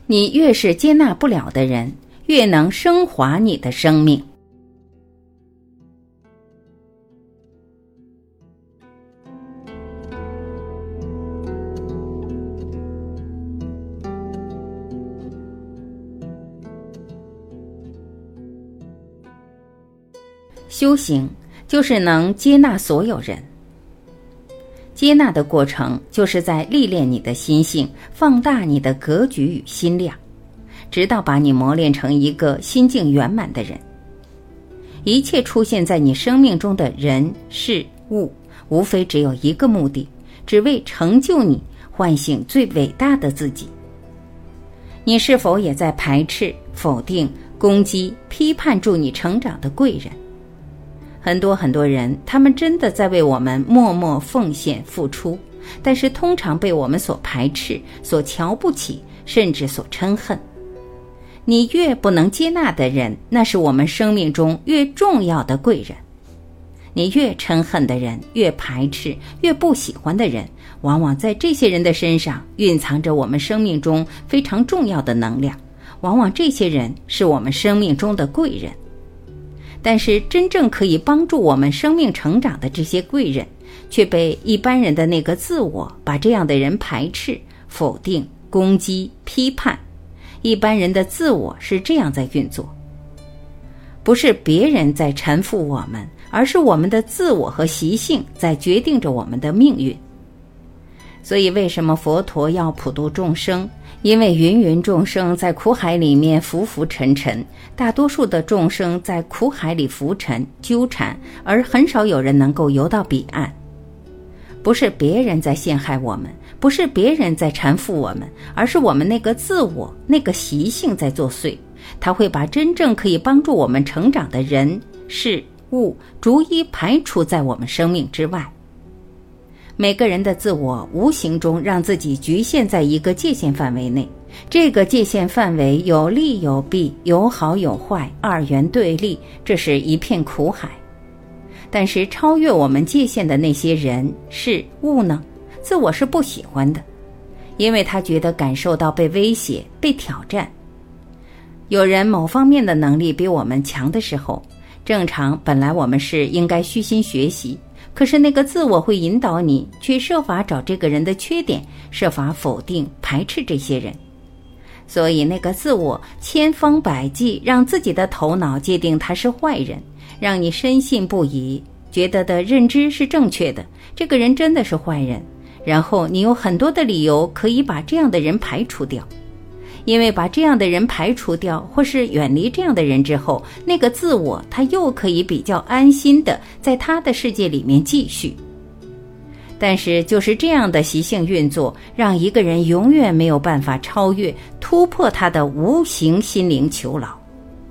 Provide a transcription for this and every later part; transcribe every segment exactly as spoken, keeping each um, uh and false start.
你越是接纳不了的人，越能升华你的生命。修行就是能接纳所有人。接纳的过程就是在历练你的心性，放大你的格局与心量，直到把你磨练成一个心境圆满的人。一切出现在你生命中的人事物，无非只有一个目的，只为成就你，唤醒最伟大的自己。你是否也在排斥、否定、攻击、批判助你成长的贵人？很多很多人，他们真的在为我们默默奉献付出，但是通常被我们所排斥、所瞧不起，甚至所嗔恨。你越不能接纳的人，那是我们生命中越重要的贵人。你越嗔恨的人，越排斥、越不喜欢的人，往往在这些人的身上蕴藏着我们生命中非常重要的能量，往往这些人是我们生命中的贵人。但是真正可以帮助我们生命成长的这些贵人，却被一般人的那个自我把这样的人排斥、否定、攻击、批判。一般人的自我是这样在运作，不是别人在缠缚我们，而是我们的自我和习性在决定着我们的命运。所以为什么佛陀要普度众生？因为芸芸众生在苦海里面浮浮沉沉，大多数的众生在苦海里浮沉纠缠，而很少有人能够游到彼岸。不是别人在陷害我们，不是别人在缠缚我们，而是我们那个自我、那个习性在作祟。它会把真正可以帮助我们成长的人、事、物逐一排除在我们生命之外。每个人的自我无形中让自己局限在一个界限范围内，这个界限范围有利有弊，有好有坏，二元对立，这是一片苦海。但是超越我们界限的那些人事物呢，自我是不喜欢的，因为他觉得感受到被威胁、被挑战。有人某方面的能力比我们强的时候，正常本来我们是应该虚心学习，可是那个自我会引导你去设法找这个人的缺点，设法否定、排斥这些人。所以那个自我千方百计让自己的头脑界定他是坏人，让你深信不疑，觉得的认知是正确的，这个人真的是坏人，然后你有很多的理由可以把这样的人排除掉。因为把这样的人排除掉，或是远离这样的人之后，那个自我他又可以比较安心的在他的世界里面继续。但是就是这样的习性运作，让一个人永远没有办法超越、突破他的无形心灵囚牢。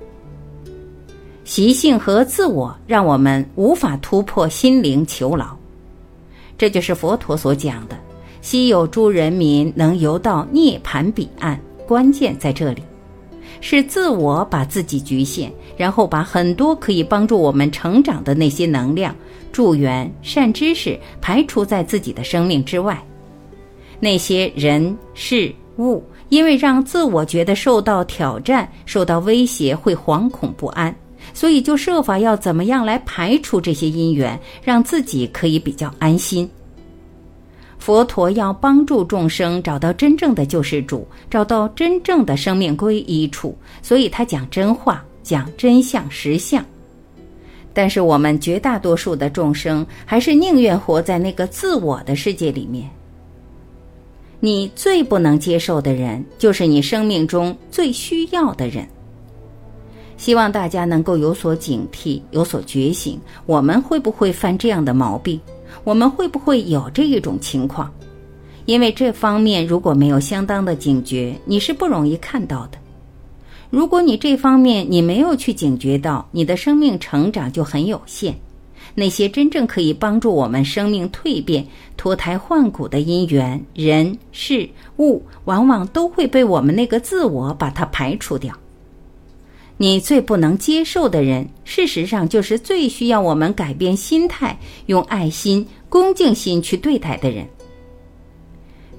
习性和自我让我们无法突破心灵囚牢，这就是佛陀所讲的稀有诸人民能游到涅槃彼岸。关键在这里，是自我把自己局限，然后把很多可以帮助我们成长的那些能量、助缘、善知识排除在自己的生命之外。那些人事物因为让自我觉得受到挑战、受到威胁，会惶恐不安，所以就设法要怎么样来排除这些因缘，让自己可以比较安心。佛陀要帮助众生找到真正的救世主，找到真正的生命归一处，所以他讲真话，讲真相实相。但是我们绝大多数的众生还是宁愿活在那个自我的世界里面。你最不能接受的人，就是你生命中最需要的人。希望大家能够有所警惕，有所觉醒，我们会不会犯这样的毛病？我们会不会有这一种情况？因为这方面如果没有相当的警觉，你是不容易看到的。如果你这方面你没有去警觉到，你的生命成长就很有限。那些真正可以帮助我们生命蜕变、脱胎换骨的因缘、人、事、物，往往都会被我们那个自我把它排除掉。你最不能接受的人，事实上就是最需要我们改变心态，用爱心、恭敬心去对待的人。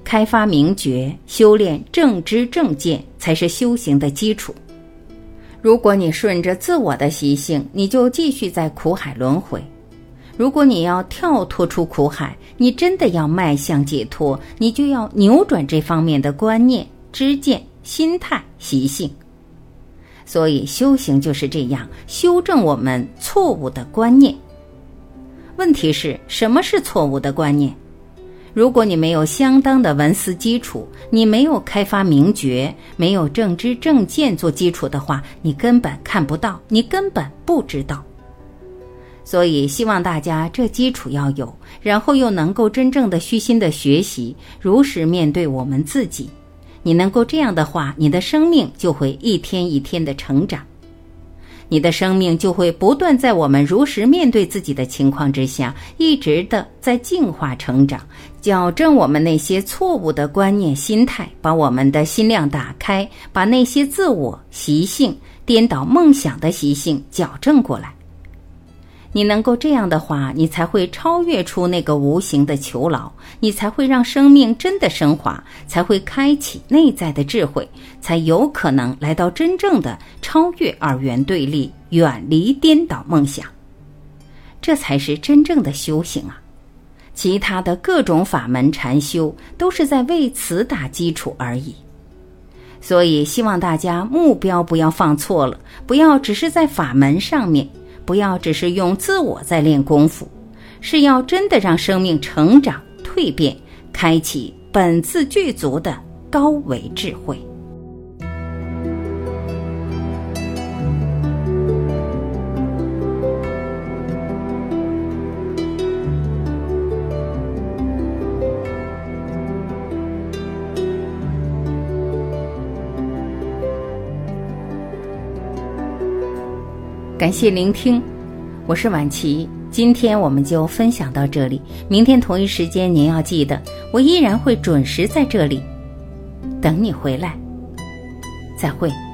开发明觉，修炼正知正见，才是修行的基础。如果你顺着自我的习性，你就继续在苦海轮回；如果你要跳脱出苦海，你真的要迈向解脱，你就要扭转这方面的观念、知见、心态、习性。所以修行就是这样，修正我们错误的观念。问题是，什么是错误的观念？如果你没有相当的文思基础，你没有开发明觉，没有正知正见做基础的话，你根本看不到，你根本不知道。所以希望大家这基础要有，然后又能够真正的虚心的学习，如实面对我们自己。你能够这样的话，你的生命就会一天一天的成长。你的生命就会不断在我们如实面对自己的情况之下，一直的在进化成长，矫正我们那些错误的观念心态，把我们的心量打开，把那些自我习性、颠倒梦想的习性矫正过来。你能够这样的话，你才会超越出那个无形的囚牢，你才会让生命真的升华，才会开启内在的智慧，才有可能来到真正的超越二元对立，远离颠倒梦想。这才是真正的修行啊！其他的各种法门禅修都是在为此打基础而已。所以希望大家目标不要放错了，不要只是在法门上面，不要只是用自我在练功夫，是要真的让生命成长蜕变，开启本自具足的高维智慧。感谢聆听，我是婉琪，今天我们就分享到这里，明天同一时间您要记得，我依然会准时在这里等你回来，再会。